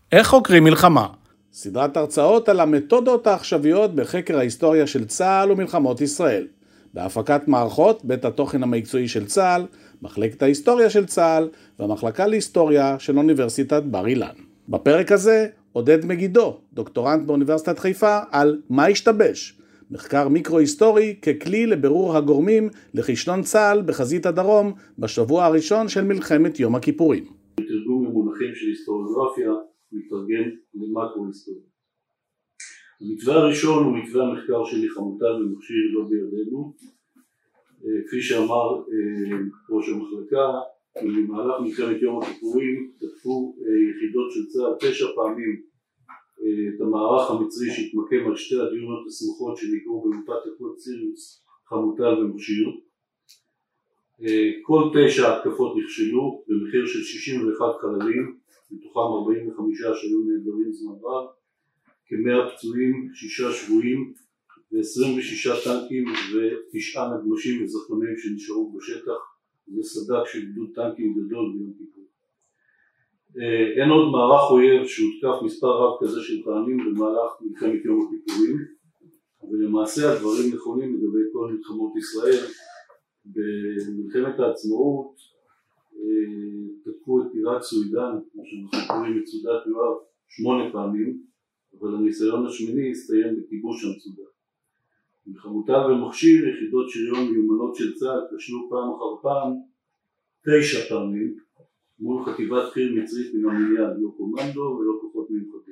איך חוקרים מלחמה? סדרת הרצאות על המתודות העכשוויות בחקר ההיסטוריה של צה"ל ומלחמות ישראל. בהפקת מערכות בית התוכן המקצועי של צה"ל, מחלקת ההיסטוריה של צה"ל והמחלקה להיסטוריה של אוניברסיטת בר אילן. בפרק הזה עודד מגידו, דוקטורנט באוניברסיטת חיפה, על מה השתבש, מחקר מיקרו-היסטורי ככלי לבירור הגורמים לכישלון צה"ל בחזית הדרום בשבוע הראשון של מלחמת יום הכיפורים. תרגום ממונחים של היסטוריוגרפיה מתרגם למקרו-היסטוריה. המתווה הראשון הוא מתווה המחקר שלי, חמוטל ומכשיר לא בידינו. כפי שאמר ראש המחלקה, במהלך מלחמת יום הכיפורים תקפו יחידות של צה"ל 9 פעמים את המערך המצרי שהתמקם על שתי הדיונות הסמוכות שנקראו במפת הקוד סיריוס, חמוטל ומכשיר. כל 9 התקפות נכשלו במחיר של 61 חללים, מתוכם 45 שהיו נהדרים זמן רב, כ100 פצועים, 6 שבויים ו26 טנקים ו9 נגמשים וזחלונים שנשארו בשטח. זה סד"כ של גדוד טנקים גדול ביום כיפור. אין עוד מערך אויב שהותקף מספר רב כזה של פעמים במהלך מלחמת יום הכיפורים, אבל למעשה הדברים נכונים לגבי כל מלחמות ישראל. במלחמת העצמאות תקפו את טירת סוידן, כמו שאנחנו קוראים מצודת יואב, 8 פעמים, אבל הניסיון השמיני הסתיים בכיבוש המצודה. בחמוטל ומכשיר יחידות שריון מיומנות של צה"ל כשלו פעם אחר פעם 9 פעמים מול חטיבת חי"ר מצרית מן המניין, לא קומנדו ולא כוחות מיוחדים.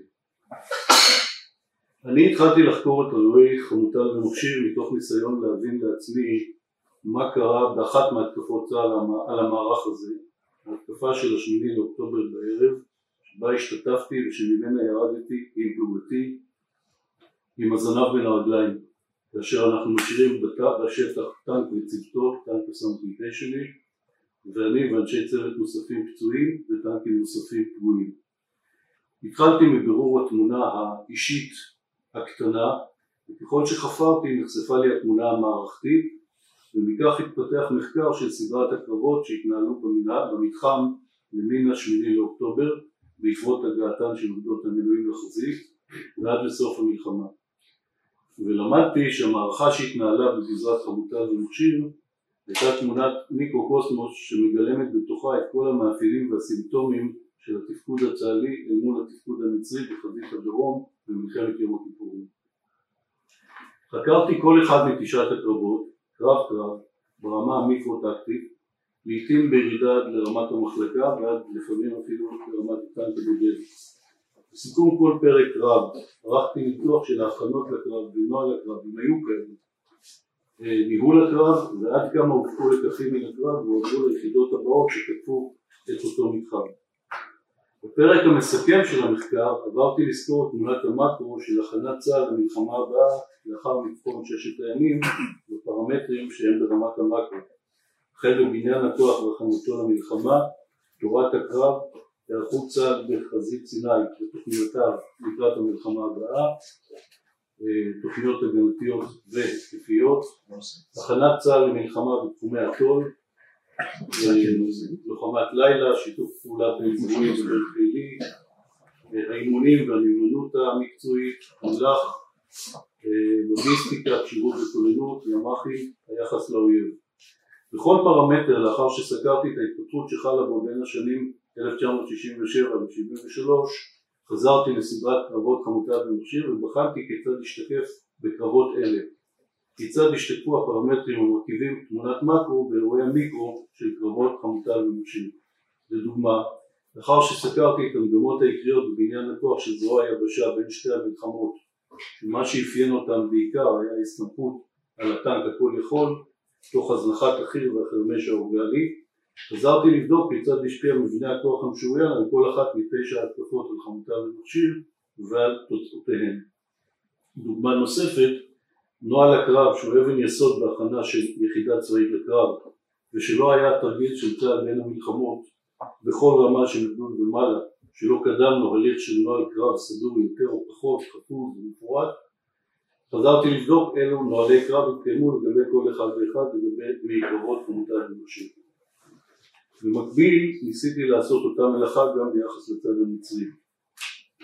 אני התחלתי לחקור את אירועי חמוטל ומכשיר מתוך ניסיון להבין לעצמי מה קרה באחת מהתקפות צה"ל על המערך הזה, ההתקפה של 8 לאוקטובר בערב, שבה השתתפתי ושממנה ירדתי עם פלוגתי עם הזנב בין הרגליים, כאשר אנחנו משאירים בשטח טנק וצוותו, טנק הסמ"פ שלי, ואני ואנשי צוות נוספים פצועים וטנקים נוספים פגועים. התחלתי מבירור התמונה האישית הקטנה, וככל שחפרתי נחשפה לי התמונה המערכתית, ומכך התפתח מחקר של סדרת הקרבות שהתנהלו במתחם למן 8 לאוקטובר בעקבות הגעתן של אוגדות המילואים לחזית ועד לסוף המלחמה. ולמדתי שהמערכה שהתנהלה בגזרת חמוטל ומכשיר הייתה תמונת מיקרוקוסמוס שמגלמת בתוכה את כל המאפיינים והסימפטומים של התפקוד הצה"לי אל מול התפקוד המצרי בחזית הדרום במלחמת יום הכיפורים. חקרתי כל אחד מתשעת הקרבות, קרב קרב, ברמה המיקרו-טקטית, לעתים בירידה עד לרמת המחלקה ועד לפעמים אפילו לרמת הטנק הבודד. בסיכום כל פרק קרב, ערכתי ניתוח של ההכנות לקרב ונוהל הקרב, אם היו כאלה, ניהול הקרב ועד כמה הופקו לקחים מן הקרב והועברו ליחידות הבאות שתקפו את אותו מתחם. בפרק המסכם של המחקר עברתי לזכור את תמונת המקרו של הכנת צה"ל למלחמה הבאה לאחר מתכון 6 הימים בפרמטרים שהם ברמת המקרו, החל בבניין הכוח והכנתו למלחמה, תורת הקרב, היערכות צה"ל בחזית סיני ותוכניותיו לקראת המלחמה הבאה, תוכניות הגנתיות והתקפיות, הכנת צה"ל למלחמה בתחומי התול, לוחמת לילה, שיתוף פעולה בין זרועים וחילי, האימונים והמיומנות המקצועית, אמל"ח, לוגיסטיקה, כשירות וכוננות, ימ"חים, היחס לאויב. בכל פרמטר, לאחר שסקרתי את ההתפתחות שחלה בו בין השנים 1967 ו-73, חזרתי לסדרת קרבות חמוטל ומכשיר ובחנתי כיצד השתקף בקרבות אלה. כיצד השתקפו הפרמטרים המרכיבים תמונת מקרו באירועי המיקרו של קרבות חמוטל ומכשיר. לדוגמה, לאחר שסקרתי את המגמות העיקריות בבניין הכוח של זרוע היבשה בין שתי המלחמות, שמה שאפיין אותם בעיקר היה הסתמכות על הטנק הכל יכול, תוך הזנחת החי"ר והחרמש האורגני, חזרתי לבדוק כיצד השפיע מבנה הכוח המשוריין על כל אחת מ9 התקפות על חמוטל ומכשיר ועל תוצאותיהן. דוגמה נוספת, נוהל הקרב שהוא אבן יסוד בהכנה של יחידה צבאית לקרב, ושלא היה תרגיל של צה"ל בין המלחמות בכל רמה של גדוד ומעלה, שלא קדמנו הליך של נוהל קרב סדור יותר או פחות, חפוז ומפורט. חזרתי לבדוק אילו נוהלי קרב התקיימו לגבי כל אחד ואחד לגבי מקרבות חמוטל ומכשיר. במקביל ניסיתי לעשות אותה מלאכה גם ביחס לצד המצרי.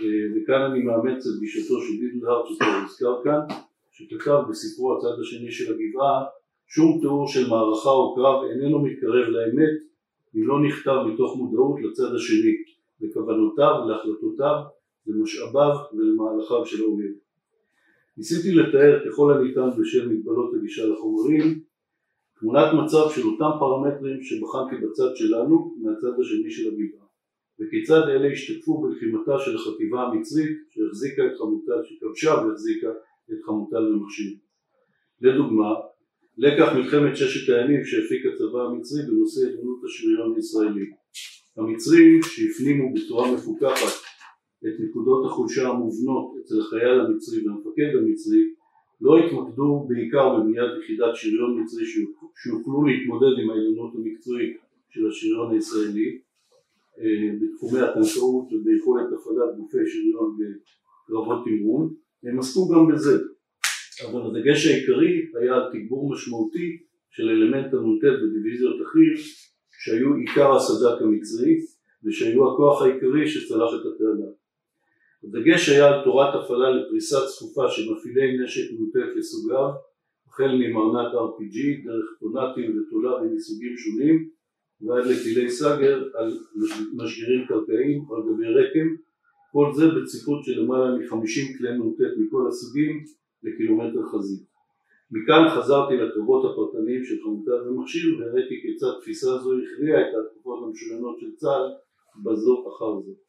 וכאן אני מאמץ את גישתו של גידל הארט שכבר הוזכר כאן, שכתב בספרו הצד השני של הגבעה, שום תיאור של מערכה או קרב איננו מתקרב לאמת אם לא נכתב מתוך מודעות לצד השני, לכוונותיו, להחלטותיו, למשאביו ולמהלכיו של האויב. ניסיתי לתאר ככל הניתן בשל מגבלות הגישה לחומרים, תמונת מצב של אותם פרמטרים שבחנתי בצד שלנו מהצד השני של הגבעה, וכיצד אלה השתתפו בלחימתה של החטיבה המצרית שהחזיקה את חמותה, שכבשה והחזיקה את חמותה למכשיר. לדוגמה, לקח מלחמת ששת הימים שהפיק הצבא המצרי בנושא עליונות השריון הישראלי. המצרים שהפנימו בצורה מפוקחת את נקודות החולשה המובנות אצל החייל המצרי והמפקד המצרי, לא התמקדו בעיקר בבניית יחידת שריון מצרי שיוכלו להתמודד עם העליונות המקצועית של השריון הישראלי בתחומי הטנקאות וביכולת הפעלת גופי שריון בקרבות תמרון. הם עסקו גם בזה, אבל הדגש העיקרי היה על תגבור משמעותי של אלמנט הנ"ט בדיוויזיות החי"ר שהיו עיקר הסד"כ המצרי ושהיו הכוח העיקרי שצלח את התעלה. הדגש היה על תורת הפעלה לפריסה צפופה של מפעילי נשק נ"ט לסוגיו, החל ממרנט RPG דרך טונטים וטולרים מסוגים שונים ועד לטילי סאגר על משגרים קרקעיים או על גבי רקם, כל זה בציפות של למעלה מ-50 כלי נ"ט מכל הסוגים לקילומטר חזית. מכאן חזרתי לקרבות הפרטניים של חמותה ומכשיר והראיתי כיצד תפיסה זו הכריעה את התקופות המשוריינות של צה"ל בזאת אחר זה.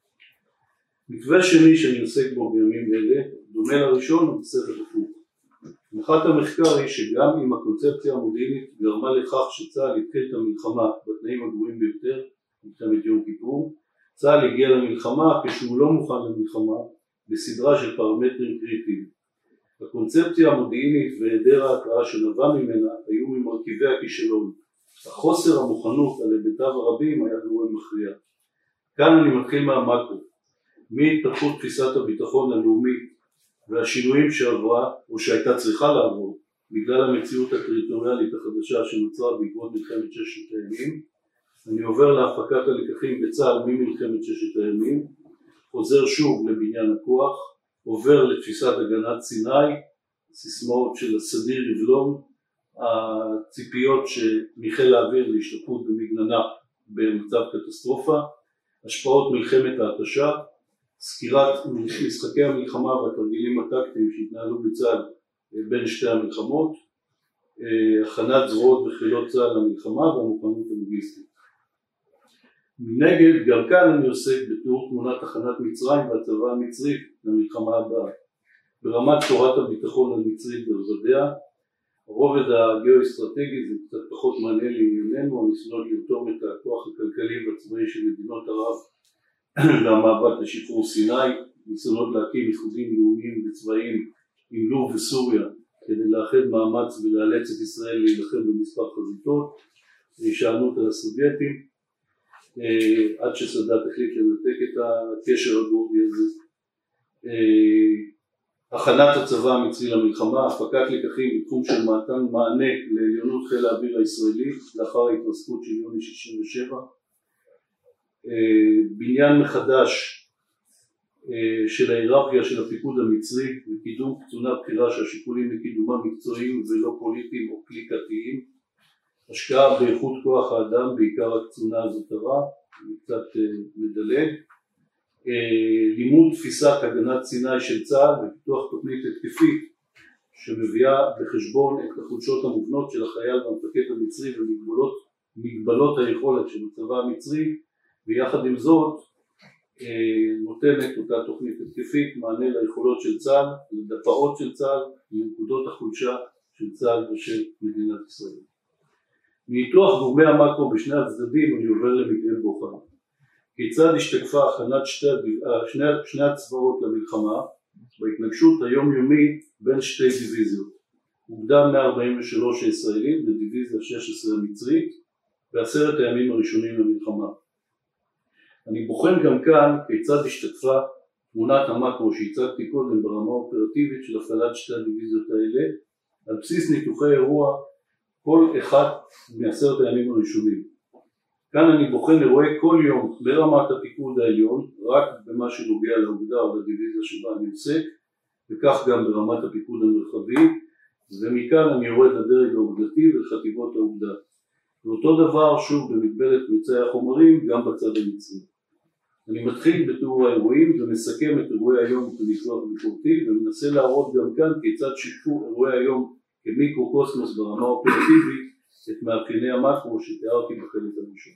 מתווה שני שאני עוסק בו בימים אלה, דומה לראשון ובסדר הפוך. הנחת המחקר היא שגם אם הקונספציה המודיעינית גרמה לכך שצה"ל התחיל את המלחמה בתנאים הגרועים ביותר, מלחמת יום כיפור, צה"ל הגיע למלחמה כשהוא לא מוכן למלחמה בסדרה של פרמטרים קריטיים. הקונספציה המודיעינית והיעדר ההכרה שנבע ממנה היו ממרכיבי הכישלון. החוסר המוכנות על היבטיו הרבים היה גורם מכריע. כאן אני מתחיל מהמקרו, מהתפתחות תפיסת הביטחון הלאומית והשינויים שעברה או שהייתה צריכה לעבור בגלל המציאות הטריטוריאלית החדשה שנוצרה בעקבות מלחמת ששת הימים. אני עובר להפקת הלקחים בצה"ל ממלחמת ששת הימים, חוזר שוב לבניין הכוח, עובר לתפיסת הגנת סיני, סיסמאות של הסדיר יבלום, הציפיות מחיל האוויר להשתתפות במגננה במצב קטסטרופה, השפעות מלחמת ההתשה, סקירת משחקי המלחמה והתרגילים הטקטיים שהתנהלו בצה"ל בין שתי המלחמות, הכנת זרועות וחילות צה"ל למלחמה והמוכנות הלוגיסטית. מנגד, גם כאן אני עוסק בתיאור תמונת הכנת מצרים והצבא המצרי למלחמה הבאה. ברמת תורת הביטחון המצרית ברבדיה, הרובד הגיאו-אסטרטגי זה קצת פחות מעניין לענייננו, הניסיונות לרתום את הכוח הכלכלי והצבאי של מדינות ערב והמאבק לשחרור סיני, ניסיונות להקים איחודים לאומיים וצבאיים עם לוב וסוריה כדי לאחד מאמץ ולאלץ את ישראל להילחם במספר חזיתות, הישענות על הסובייטים, עד שסאדאת החליט לנתק את הקשר הגורדי הזה. הכנת הצבא המצרי למלחמה, הפקת לקחים בתחום של מתן מענה לעליונות חיל האוויר הישראלי לאחר ההתרסקות של יוני 67, בניין מחדש של ההיררכיה של הפיקוד המצרי וקידום קצונה בחירה שהשיקולים לקידומה מקצועיים ולא פוליטיים או קליקתיים, השקעה באיכות כוח האדם, בעיקר הקצונה הזוטרה, קצת מדלג, לימוד תפיסת הגנת סיני של צה"ל ופיתוח תוכנית התקפית שמביאה בחשבון את החולשות המובנות של החייל והמפקד המצרי ומגבלות היכולת של הצבא המצרי, ויחד עם זאת נותנת אותה תוכנית התקפית מענה ליכולות של צה"ל, לדפאות של צה"ל, לנקודות החולשה של צה"ל ושל מדינת ישראל. מניתוח גורמי המקרו בשני הצדדים אני עובר למקרה בוחן. כיצד השתקפה הכנת שני הצבאות למלחמה בהתנגשות היומיומית בין שתי דיוויזיות, אוגדה 143 הישראלית ודיוויזיה 16 המצרית בעשרת הימים הראשונים למלחמה. אני בוחן גם כאן כיצד השתקפה תמונת המקרו שהצגתי קודם ברמה האופרטיבית של הפעלת שתי הדיוויזיות האלה על בסיס ניתוחי אירוע כל אחד מעשרת הימים הראשונים. כאן אני בוחן אירועי כל יום ברמת הפיקוד העליון, רק במה שנוגע לעובדה או לדיוויזיה שבה אני עוסק, וכך גם ברמת הפיקוד המרחבי, ומכאן אני יורד לדרג העובדתי ולחטיבות העובדה. ואותו דבר שוב במגבלת מבצעי החומרים גם בצד המצרי. אני מתחיל בתיאור האירועים ומסכם את אירועי היום בניתוח ביקורתי, ומנסה להראות גם כאן כיצד שיתפו אירועי היום כמיקרוקוסמוס ברמה אופרטיבית את מאפייני המקרו שתיארתי בחלק הראשון.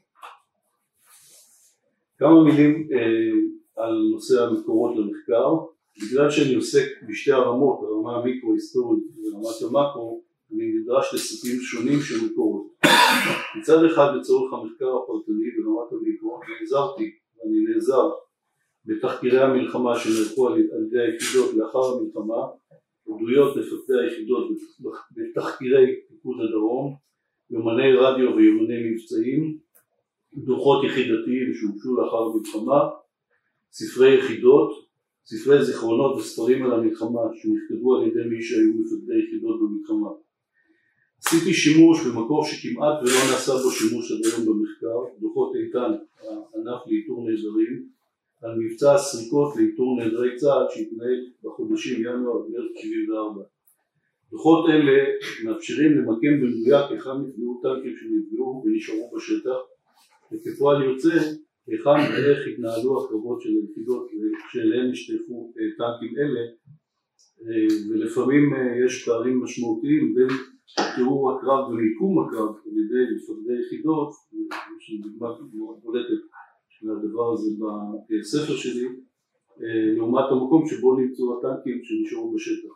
כמה מילים על נושא המקורות למחקר. בגלל שאני עוסק בשתי הרמות, הרמה המיקרו-היסטורית ורמת המקרו, אני נדרש לסוגים שונים של מקורות. מצד אחד לצורך המחקר הפרטני ברמת המיקרו, אני נעזר בתחקירי המלחמה שנערכו על ידי היחידות לאחר המלחמה, עדויות מפקדי היחידות בתחקירי פיקוד הדרום, יומני רדיו ויומני מבצעים, דוחות יחידתיים שהוגשו לאחר המלחמה, ספרי יחידות, ספרי זיכרונות וספרים על המלחמה שנכתבו על ידי מי שהיו מפקדי יחידות במלחמה. עשיתי שימוש במקור שכמעט ולא נעשה בו שימוש עד היום במחקר, דוחות איתן, הענף לאיתור נעדרים, על מבצע הסריקות לאיתור נעדרי צה"ל שהתנהל בחודשים ינואר ומרץ 74. דוחות אלה מאפשרים למקם במדויק היכן נפגעו טנקים שנפגעו ונשארו בשטח, וכפועל יוצא היכן ואיך התנהלו הקרבות של היחידות שאליהן השתייכו טנקים אלה, ולפעמים יש פערים משמעותיים בין תיאור הקרב ומיקום הקרב על ידי מפקדי יחידות, יש לי דוגמה מאוד בולטת של הדבר הזה בספר שלי, לעומת המקום שבו נמצאו הטנקים שנשארו בשטח.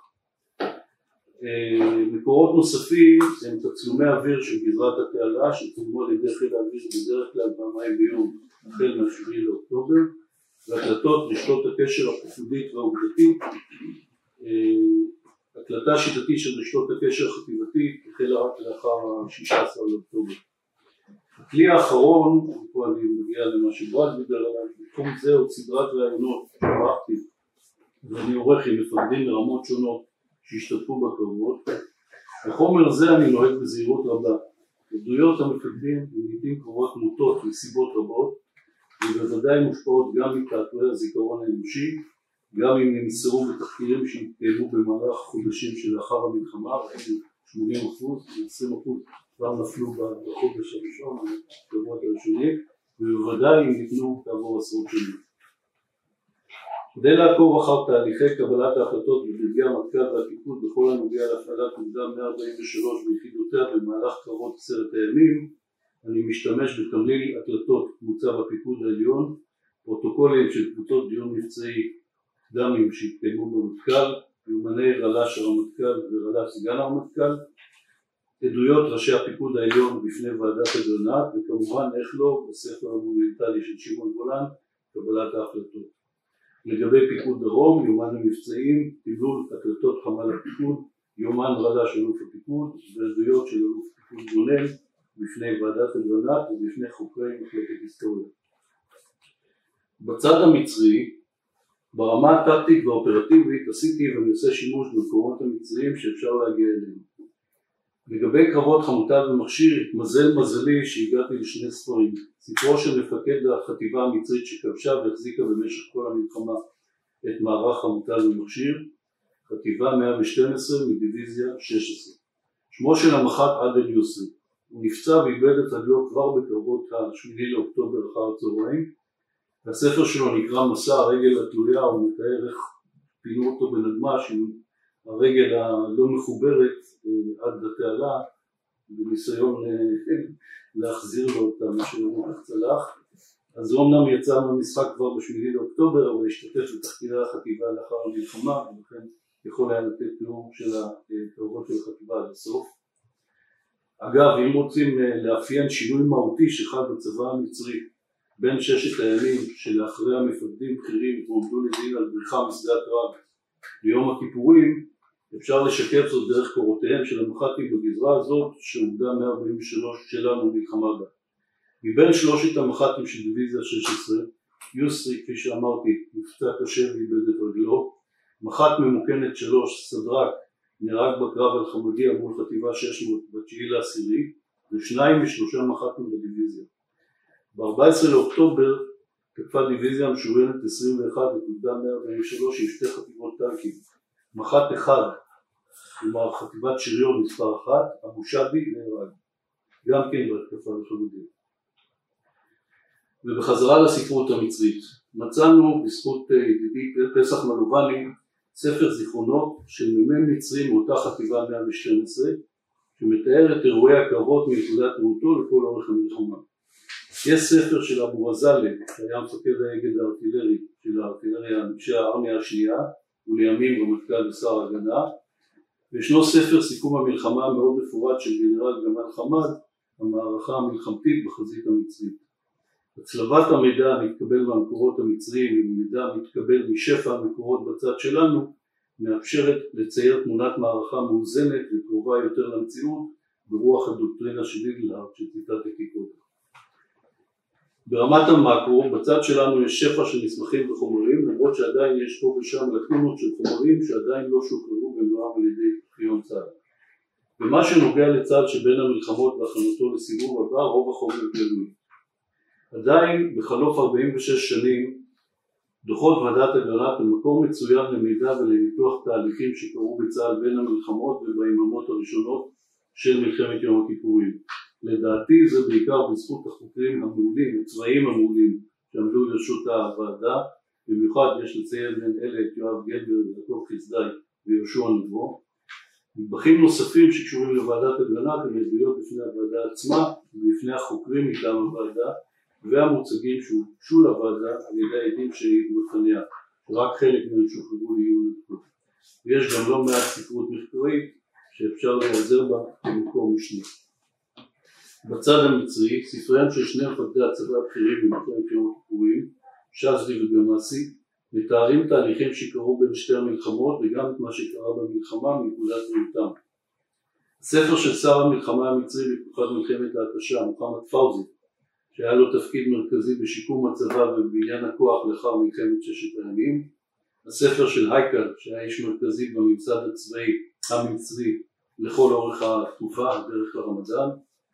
מקורות נוספים הם תצלומי אוויר של גזרת התעלה שצולמו על ידי חיל האוויר בדרך כלל פעמיים ביום החל מה-7 לאוקטובר, והקלטות רשתות הקשר הפיקודית והעובדתית. הקלטה שיטתית של רשתות הקשר החטיבתית החלה רק לאחר 16 לאוקטובר. הכלי האחרון, פה אני מגיע למה שבועז דיבר עליו, בתחום זה עוד סדרת רעיונות שערכתי ואני עורך עם מפקדים ברמות שונות שהשתתפו בקרבות. בחומר זה אני נוהג בזהירות רבה. עדויות המפקדים לעיתים קרובות מוטות מסיבות רבות, ובוודאי מושפעות גם מתעתועי הזיכרון האנושי, גם אם נמסרו בתחקירים שהתקיימו במהלך חודשים שלאחר המלחמה, 80%, 20% כבר נפלו בחודש הראשון, בקרבות הראשונים, ובוודאי אם ניתנו כעבור עשרות שנים. כדי לעקוב אחר תהליכי קבלת ההחלטות בדרגי המטכ"ל והפיקוד בכל הנוגע להפעלת אוגדה 143 ביחידותיה במהלך קרבות 10 הימים, אני משתמש בתמליל הקלטות מוצב הפיקוד העליון, פרוטוקולים של קבוצות דיון מבצעי קדמיים שהתקיימו במטכ"ל, יומני רל"ש הרמטכ"ל ורל"ש סגן הרמטכ"ל, עדויות ראשי הפיקוד העליון בפני ועדת אגרנט, וכמובן איך לא בספר המונומנטלי של שמעון גולן, קבלת ההחלטות. לגבי פיקוד דרום, יומן המבצעים, תמלול הקלטות חמ"ל הפיקוד, יומן רל"ש אלוף הפיקוד, ועדויות של אלוף פיקוד גונן בפני ועדת אגרנט ובפני חוקרי מחלקת היסטוריה. בצד המצרי, ברמה הטקטית והאופרטיבית עשיתי ואני עושה שימוש במקורות המצריים שאפשר להגיע אליהם. לגבי קרבות חמוטל ומכשיר, התמזל מזלי שהגעתי לשני ספרים. ספרו של מפקד החטיבה המצרית שכבשה והחזיקה במשך כל המלחמה את מערך חמוטל ומכשיר, חטיבה 112 מדיוויזיה 16. שמו של המח"ט עדל יוסרי. הוא נפצע ואיבד את רגלו כבר בקרבות ה-8 לאוקטובר אחר הצהריים. הספר שלו נקרא מסע הרגל התלויה, הוא מתאר איך פינו אותו בנגמ"ש עם הרגל הלא מחוברת עד התעלה, בניסיון להחזיר לו אותה, מה שלא כך צלח. אז הוא אמנם יצא מהמשחק כבר ב-8 לאוקטובר, אבל השתתף בתחקירי החטיבה לאחר המלחמה, ולכן יכול היה לתת תיאור של הקרבות של החטיבה עד הסוף. אגב, אם רוצים לאפיין שינוי מהותי שחל בצבא המצרי בין 6 הימים שלאחרי המפקדים בכירים הועמדו לדין על בריחה משדה הקרב ליום הכיפורים, אפשר לשקף זאת דרך קורותיהם של המח"טים בגזרה הזאת שאוגדה 143 שלנו מלחמה בה. מבין 3 המח"טים של דיוויזיה 16, יוסרי, כפי שאמרתי, נפצע קשה ואיבד את רגלו, מח"ט ממוקנת 3, סדרק, נהרג בקרב על חמדיה מול חטיבה 600 ב9 ל10, ו2 מ3 מח"טים בדיוויזיה. ב-14 לאוקטובר תקפה דיוויזיה משוריינת 21 לפלוגה 143 עם 2 חטיבות טנקים, מח"ט אחד, כלומר חטיבת שריון מספר 1, אבו שבי נהרג, גם כן בהתקפה לחלוטין. ובחזרה לספרות המצרית, מצאנו בזכות ידידי פסח מלובני ספר זיכרונות של מ"מ מצרי מאותה חטיבה 112, שמתאר את אירועי הקרבות מנקודת ראותו לכל אורך המלחמה. יש ספר של אבו רזאלה, שהיה מפקד האגד הארטילרי של הארטילריה של הארמיה השנייה, ולימים רמטכ"ל ושר ההגנה, וישנו ספר סיכום המלחמה המאוד מפורט של גנרל גמל חמד, המערכה המלחמתית בחזית המצרית. הצלבת המידע המתקבל מהמקורות המצריים ומידע המתקבל משפע המקורות בצד שלנו מאפשרת לצייר תמונת מערכה מאוזנת וקרובה יותר למציאות ברוח הדוקטרינה של לידלהארט שציטטתי קודם. ברמת המקרו בצד שלנו יש שפע של מסמכים וחומרים, למרות שעדיין יש פה ושם לקונות של חומרים שעדיין לא שוחררו במלואם על ידי ארכיון צה"ל. במה שנוגע לצד שבין המלחמות והכנתו לסיבוב הבא, רוב החומר גלוי. עדיין בחלוף 46 שנים דוחות ועדת אגרנט הם מקור מצוין למידע ולניתוח תהליכים שקרו בצה"ל בין המלחמות וביממות הראשונות של מלחמת יום הכיפורים. לדעתי זה בעיקר בזכות החוקרים המעולים, הצבאיים המעולים שעמדו לרשות הוועדה, במיוחד יש לציין בין אלה את יואב גלבר ויעקב חסדאי ויהושע נבו. נדבכים נוספים שקשורים לוועדת אגרנט הם עדויות בפני הוועדה עצמה ובפני החוקרים מטעם הוועדה והמוצגים שהוגשו לוועדה על ידי העדים שהעידו בפניה, רק חלק מהם שוחררו לעיון. ויש גם לא מעט ספרות מחקרית שאפשר להיעזר בה כמקור משני. בצד המצרי, ספריהם של 2 מפקדי הצבא הבכירים במלחמת יום הכיפורים, שזלי וגמאסי, מתארים תהליכים שקרו בין שתי המלחמות וגם את מה שקרה במלחמה מנקודת ראותם. הספר של שר המלחמה המצרי בתקופת מלחמת ההתשה, מוחמד פאוזי, שהיה לו תפקיד מרכזי בשיקום הצבא ובבניין הכוח לאחר מלחמת 6 הימים, הספר של הייקל, שהיה איש מרכזי בממסד הצבאי המצרי לכל אורך התקופה, הדרך לרמדאן.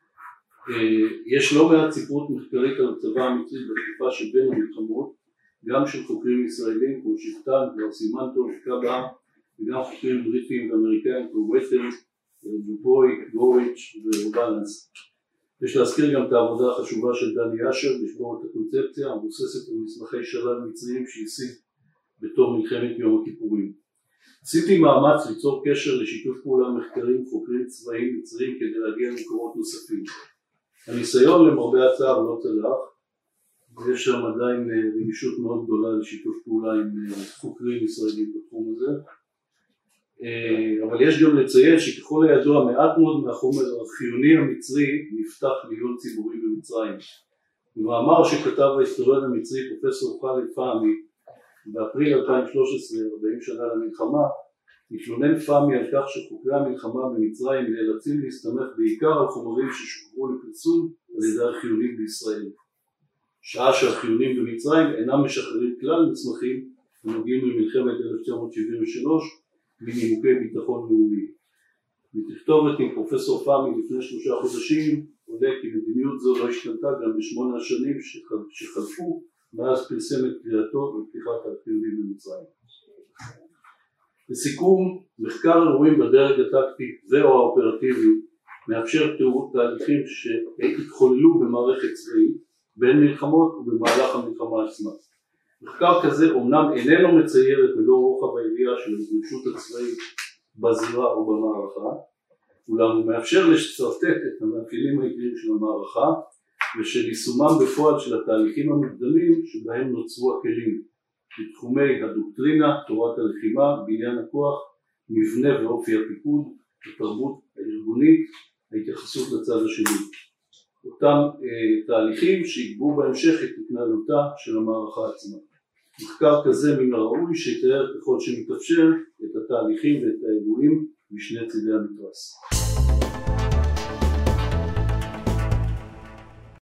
יש לא מעט ספרות מחקרית על הצבא המצרי בתקופה שבין המלחמות, גם של חוקרים ישראלים כמו שפטן, סימנטו, קבעה, וגם חוקרים בריטים ואמריקאים כמו וטר, דופוי, גוריץ' ובלנס. יש להזכיר גם את העבודה החשובה של דני אשר לשבור את הקונספציה המבוססת על מסמכי שלל מצריים שהשיג בתור מלחמת יום הכיפורים. עשיתי מאמץ ליצור קשר לשיתוף פעולה מחקרים עם חוקרים צבאיים מצריים כדי להגיע למקורות נוספים. הניסיון למרבה הצער לא צלח, ויש שם עדיין רגישות מאוד גדולה לשיתוף פעולה עם חוקרים ישראלים בתחום הזה. אבל יש גם לציין שככל הידוע מעט מאוד מהחומר החיוני המצרי נפתח לעיון ציבורי במצרים. במאמר שכתב ההיסטוריון המצרי פרופסור חאלד פהמי באפריל 2013, 40 שנה למלחמה, מתלונן פהמי על כך שחוקרי המלחמה במצרים נאלצים להסתמך בעיקר על חומרים ששוחררו לפרסום על ידי ארכיונים בישראל. שעה שהארכיונים במצרים אינם משחררים כלל מסמכים הנוגעים למלחמת 1973 מנימוקי ביטחון לאומי. מתכתובת עם פרופסור פהמי לפני 3 חודשים עולה כי מדיניות זו לא השתנתה גם ב8 השנים שחלפו מאז פרסם את קריאתו בפתיחת הארכיונים במצרים. לסיכום, מחקר אירועים בדרג הטקטי ו/או האופרטיבי מאפשר תיאור תהליכים שהתחוללו במערכת צבאית בין מלחמות ובמהלך המלחמה עצמה. מחקר כזה אומנם איננו מצייר את מלוא רוחב הידיעה של ההתרחשות הצבאית בזירה או במערכה, אולם הוא מאפשר לשרטט את המאפיינים העיקריים של המערכה ושל יישומם בפועל של התהליכים המקדמים שבהם נוצרו הכלים בתחומי הדוקטרינה, תורת הלחימה, בניין הכוח, מבנה ואופי הפיקוד, התרבות הארגונית, ההתייחסות לצד השני. אותם תהליכים שיקבעו בהמשך את התנהלותה של המערכה עצמה. מחקר כזה מן הראוי שיתאר ככל שמתאפשר את התהליכים ואת האירועים משני צידי המתרס.